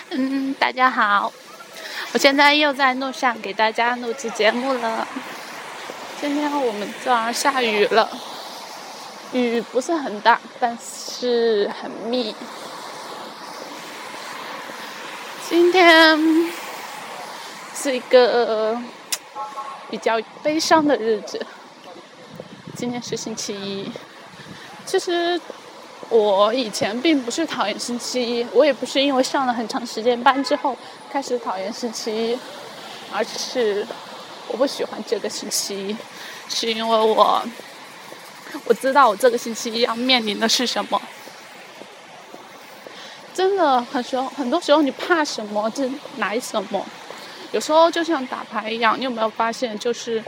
大家好，我现在又在路上给大家录制节目了。今天我们这儿下雨了，雨不是很大，但是很密。今天是一个比较悲伤的日子，今天是星期一。其实我以前并不是讨厌星期一，我也不是因为上了很长时间班之后开始讨厌星期一，而是我不喜欢这个星期一，是因为我知道我这个星期一要面临的是什么。真的很多时候你怕什么就来什么，有时候就像打牌一样，你有没有发现就是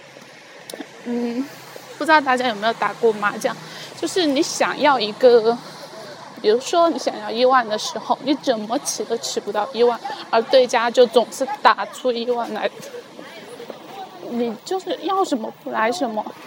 不知道大家有没有打过麻将，就是你想要一个，比如说你想要1万的时候，你怎么起都起不到1万，而对家就总是打出1万来，你就是要什么不来什么。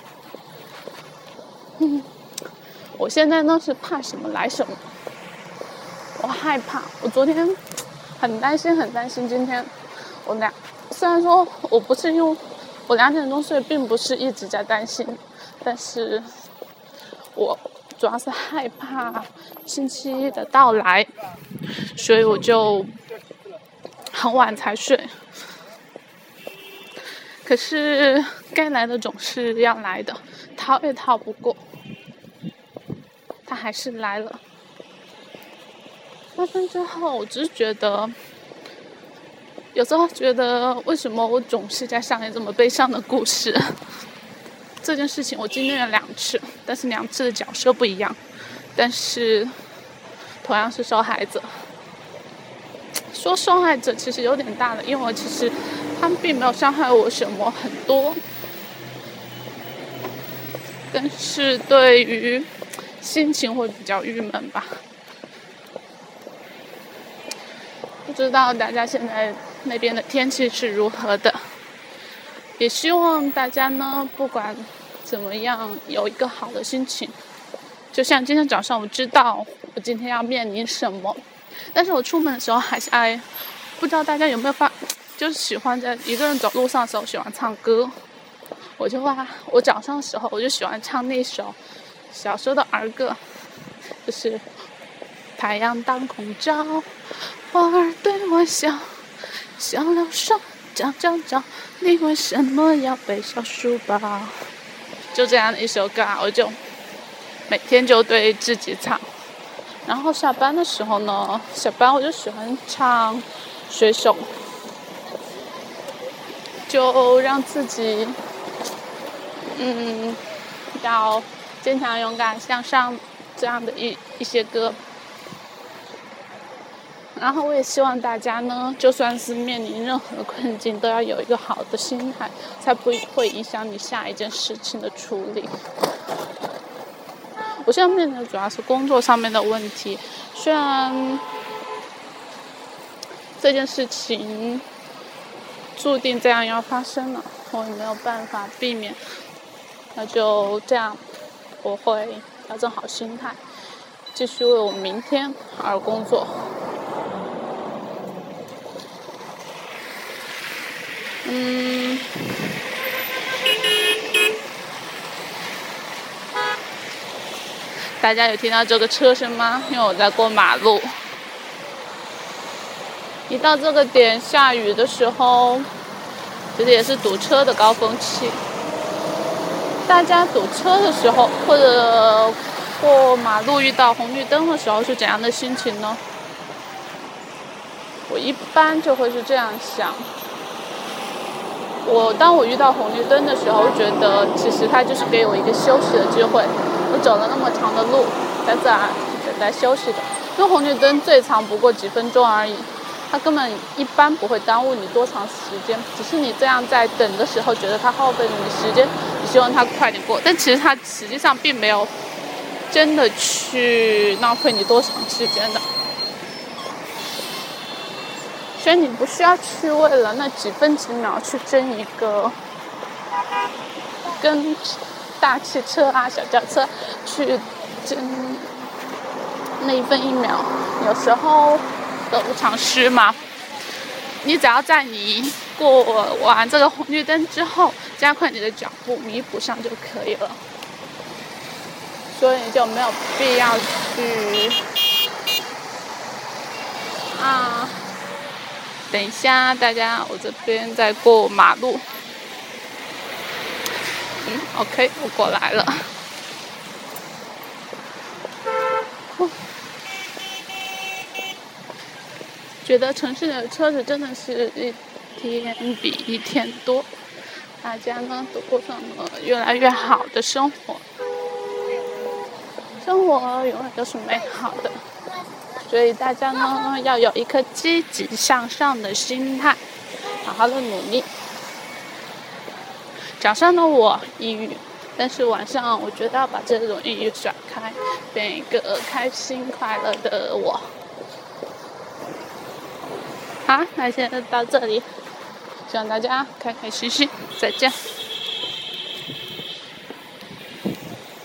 我现在呢是怕什么来什么，我害怕，我昨天很担心，今天虽然说我不是因为我2点钟睡，并不是一直在担心，但是我主要是害怕星期一的到来，所以我就很晚才睡。可是该来的总是要来的，逃也逃不过，它还是来了。发生之后，我只是觉得，有时候觉得为什么我总是在上演这么悲伤的故事。这件事情我经历了2次，但是2次的角色不一样，但是同样是受害者。说受害者其实有点大了，因为其实他们并没有伤害我什么很多，但是对于心情会比较郁闷吧。不知道大家现在那边的天气是如何的，也希望大家呢不管怎么样有一个好的心情。就像今天早上我知道我今天要面临什么，但是我出门的时候还是不知道大家有没有就是喜欢在一个人走路上的时候喜欢唱歌。我早上的时候我就喜欢唱那首小时候的儿歌，就是太阳当空照，花儿对我笑，笑了说找，你为什么要背小书包？就这样的一首歌我就每天就对自己唱。然后下班的时候呢，我就喜欢唱水手，就让自己要坚强勇敢向上这样的一些歌。然后我也希望大家呢，就算是面临任何困境，都要有一个好的心态，才不会影响你下一件事情的处理。我现在面临的主要是工作上面的问题，虽然这件事情注定这样要发生了，我也没有办法避免，那就这样，我会调整好心态，继续为我明天而工作。大家有听到这个车声吗？因为我在过马路。一到这个点下雨的时候，其实也是堵车的高峰期。大家堵车的时候，或者过马路遇到红绿灯的时候是怎样的心情呢？我一般就会是这样想。当我遇到红绿灯的时候，我觉得其实它就是给我一个休息的机会。我走了那么长的路，在这儿等待休息的。因为红绿灯最长不过几分钟而已，它根本一般不会耽误你多长时间，只是你这样在等的时候觉得它耗费了你时间，你希望它快点过，但其实它实际上并没有真的去浪费你多长时间的。所以你不需要去为了那几分几秒去争一个跟大汽车小轿车去争那1分1秒。有时候得不偿失嘛。你只要在你过完这个红绿灯之后，加快你的脚步，弥补上就可以了。所以就没有必要去等一下，大家，我这边在过马路。OK， 我过来了。觉得城市里的车子真的是一天比一天多，大家呢都过上了越来越好的生活，生活永远都是美好的，所以大家呢要有一颗积极向上的心态，好好的努力。早上的我抑郁，但是晚上我觉得要把这种抑郁甩开，变一个开心快乐的我。好，那现在到这里，希望大家开开心心，再见。